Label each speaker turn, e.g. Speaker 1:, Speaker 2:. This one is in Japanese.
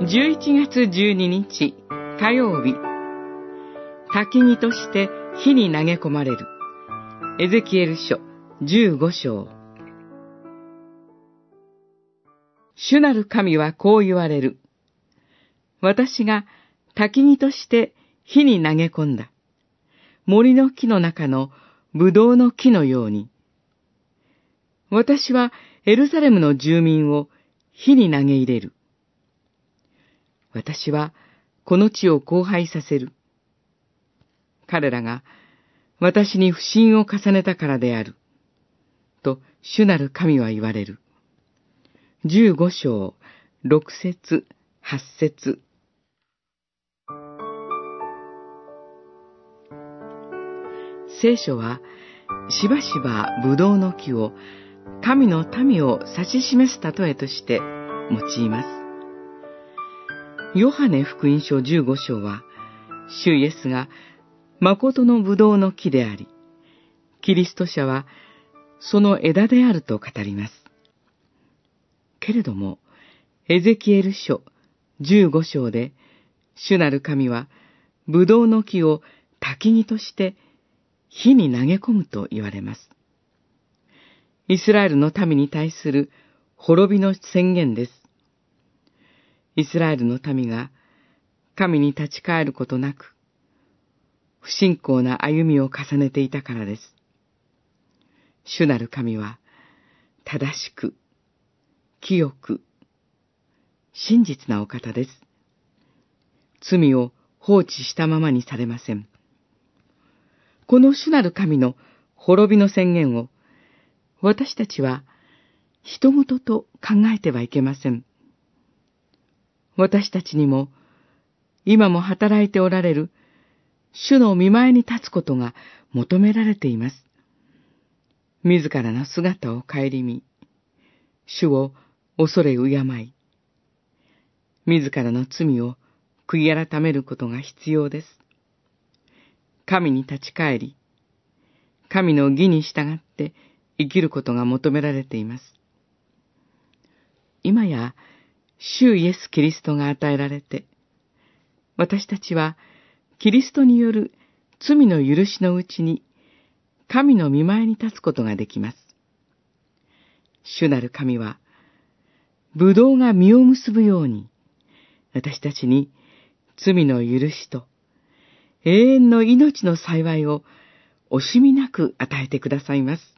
Speaker 1: 11月12日火曜日、焚き木として火に投げ込まれる。エゼキエル書15章。主なる神はこう言われる。私が焚き木として火に投げ込んだ。森の木の中のブドウの木のように。私はエルサレムの住民を火に投げ入れる。私はこの地を荒廃させる。彼らが私に不信を重ねたからである。と主なる神は言われる。15章、6節、8節。聖書はしばしばブドウの木を神の民を指し示す例えとして用います。ヨハネ福音書15章は、主イエスが誠のブドウの木であり、キリスト者はその枝であると語ります。けれども、エゼキエル書15章で、主なる神はブドウの木を焚き木として火に投げ込むと言われます。イスラエルの民に対する滅びの宣言です。イスラエルの民が神に立ち返ることなく、不信仰な歩みを重ねていたからです。主なる神は、正しく、清く、真実なお方です。罪を放置したままにされません。この主なる神の滅びの宣言を、私たちは人事と考えてはいけません。私たちにも、今も働いておられる主の御前に立つことが求められています。自らの姿を顧み、主を恐れ敬い、自らの罪を悔い改めることが必要です。神に立ち返り、神の義に従って生きることが求められています。今や、主イエス・キリストが与えられて、私たちはキリストによる罪の許しのうちに神の御前に立つことができます。主なる神は、ブドウが実を結ぶように、私たちに罪の許しと永遠の命の幸いを惜しみなく与えてくださいます。